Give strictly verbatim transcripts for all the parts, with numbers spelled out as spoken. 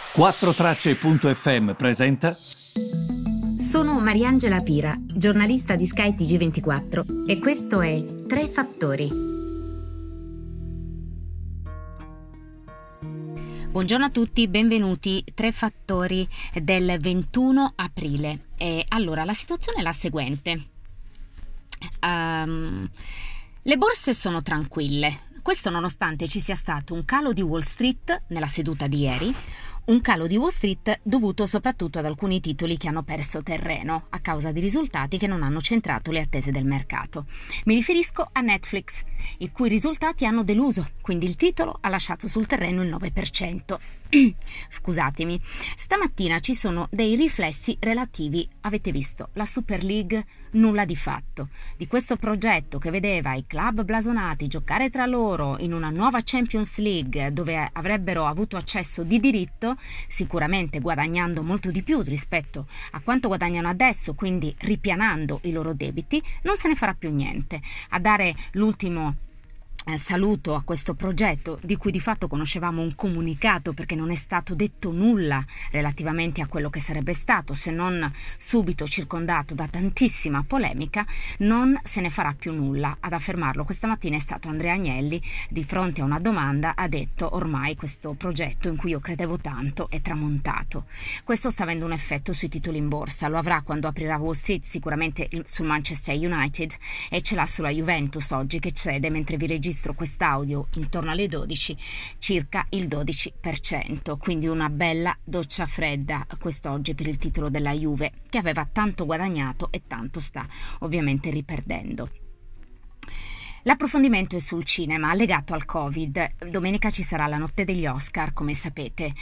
quattro tracce punto effe emme presenta. Sono Mariangela Pira, giornalista di Sky T G ventiquattro e questo è Tre Fattori. Buongiorno a tutti, benvenuti. Tre Fattori del ventuno aprile. E allora, la situazione è la seguente. Um, le borse sono tranquille. Questo nonostante ci sia stato un calo di Wall Street nella seduta di ieri, un calo di Wall Street dovuto soprattutto ad alcuni titoli che hanno perso terreno a causa di risultati che non hanno centrato le attese del mercato. Mi riferisco a Netflix, i cui risultati hanno deluso, quindi il titolo ha lasciato sul terreno il nove per cento. Scusatemi, stamattina ci sono dei riflessi relativi, avete visto, la Super League nulla di fatto. Di questo progetto che vedeva i club blasonati giocare tra loro in una nuova Champions League dove avrebbero avuto accesso di diritto, sicuramente guadagnando molto di più rispetto a quanto guadagnano adesso, quindi ripianando i loro debiti, non se ne farà più niente. A dare l'ultimo Eh, saluto a questo progetto, di cui di fatto conoscevamo un comunicato perché non è stato detto nulla relativamente a quello che sarebbe stato, se non subito circondato da tantissima polemica, non se ne farà più nulla. Ad affermarlo questa mattina è stato Andrea Agnelli, di fronte a una domanda ha detto: ormai questo progetto in cui io credevo tanto è tramontato. Questo sta avendo un effetto sui titoli in borsa, lo avrà quando aprirà Wall Street, sicuramente sul Manchester United, e ce l'ha sulla Juventus oggi che cede, mentre vi registro quest'audio intorno alle dodici, circa il dodici per cento, quindi una bella doccia fredda quest'oggi per il titolo della Juve, che aveva tanto guadagnato e tanto sta ovviamente riperdendo. L'approfondimento è sul cinema legato al Covid. Domenica ci sarà la notte degli Oscar, come sapete.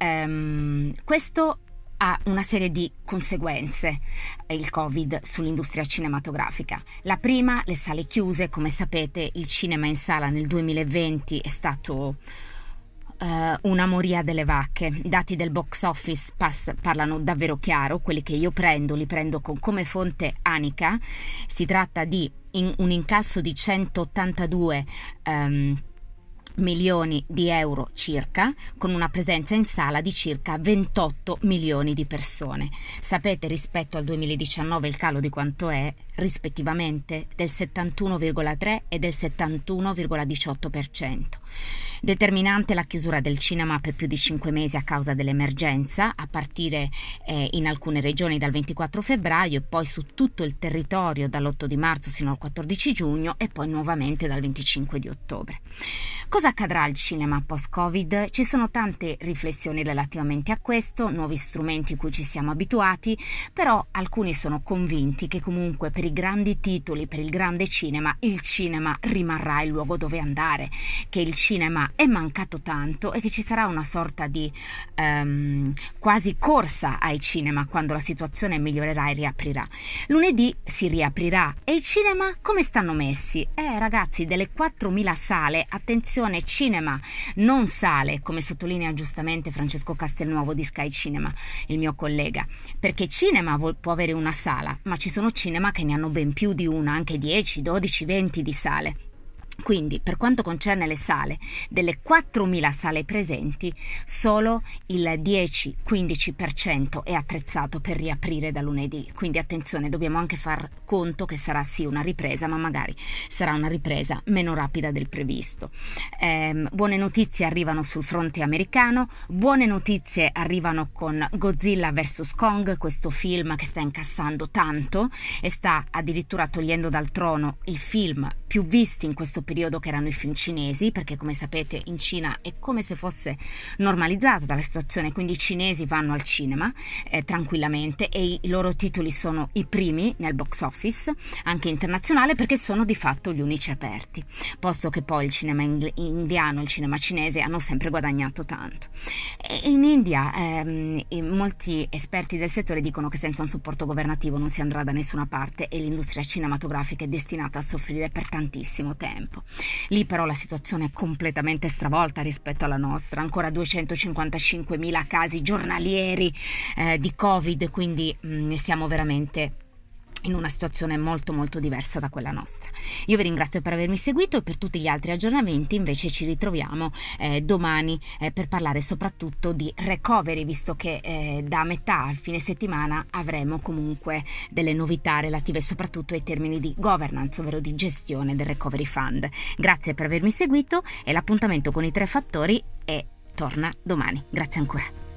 Um, questo ha una serie di conseguenze, il Covid, sull'industria cinematografica. La prima, le sale chiuse. Come sapete, il cinema in sala nel duemilaventi è stato uh, una moria delle vacche. I dati del box office pass- parlano davvero chiaro. Quelli che io prendo, li prendo con come fonte Anica. Si tratta di in, un incasso di centottantadue um, milioni di euro circa, con una presenza in sala di circa ventotto milioni di persone. Sapete rispetto al duemiladiciannove il calo di quanto è? Rispettivamente del settantuno virgola tre e del settantuno virgola diciotto per cento. Determinante la chiusura del cinema per più di cinque mesi a causa dell'emergenza, a partire eh, in alcune regioni dal ventiquattro febbraio e poi su tutto il territorio dall'otto di marzo fino al quattordici giugno e poi nuovamente dal venticinque di ottobre. Cosa accadrà al cinema post-Covid? Ci sono tante riflessioni relativamente a questo, nuovi strumenti cui ci siamo abituati, però alcuni sono convinti che comunque per i grandi titoli, per il grande cinema, il cinema rimarrà il luogo dove andare, che il cinema è mancato tanto e che ci sarà una sorta di um, quasi corsa ai cinema quando la situazione migliorerà e riaprirà. Lunedì si riaprirà e i cinema come stanno messi? Eh ragazzi, delle quattromila sale, attenzione, cinema, non sale, come sottolinea giustamente Francesco Castelnuovo di Sky Cinema, il mio collega, perché cinema può avere una sala, ma ci sono cinema che ne hanno ben più di una, anche dieci, dodici, venti di sale. Quindi, per quanto concerne le sale, delle quattromila sale presenti, solo il dieci quindici per cento è attrezzato per riaprire da lunedì. Quindi attenzione, dobbiamo anche far conto che sarà sì una ripresa, ma magari sarà una ripresa meno rapida del previsto. Eh, buone notizie arrivano sul fronte americano, buone notizie arrivano con Godzilla versus Kong, questo film che sta incassando tanto e sta addirittura togliendo dal trono i film più visti in questo periodo, che erano i film cinesi, perché come sapete in Cina è come se fosse normalizzata la situazione, quindi i cinesi vanno al cinema eh, tranquillamente e i, i loro titoli sono i primi nel box office anche internazionale, perché sono di fatto gli unici aperti, posto che poi il cinema ing- indiano e il cinema cinese hanno sempre guadagnato tanto. E in India ehm, molti esperti del settore dicono che senza un supporto governativo non si andrà da nessuna parte e l'industria cinematografica è destinata a soffrire per tantissimo tempo. Lì però la situazione è completamente stravolta rispetto alla nostra, ancora duecentocinquantacinquemila casi giornalieri eh, di Covid, quindi mh, siamo veramente in una situazione molto molto diversa da quella nostra. Io vi ringrazio per avermi seguito e per tutti gli altri aggiornamenti invece ci ritroviamo eh, domani eh, per parlare soprattutto di recovery, visto che eh, da metà al fine settimana avremo comunque delle novità relative soprattutto ai termini di governance, ovvero di gestione del recovery fund. Grazie per avermi seguito e l'appuntamento con i tre fattori è torna domani. Grazie ancora.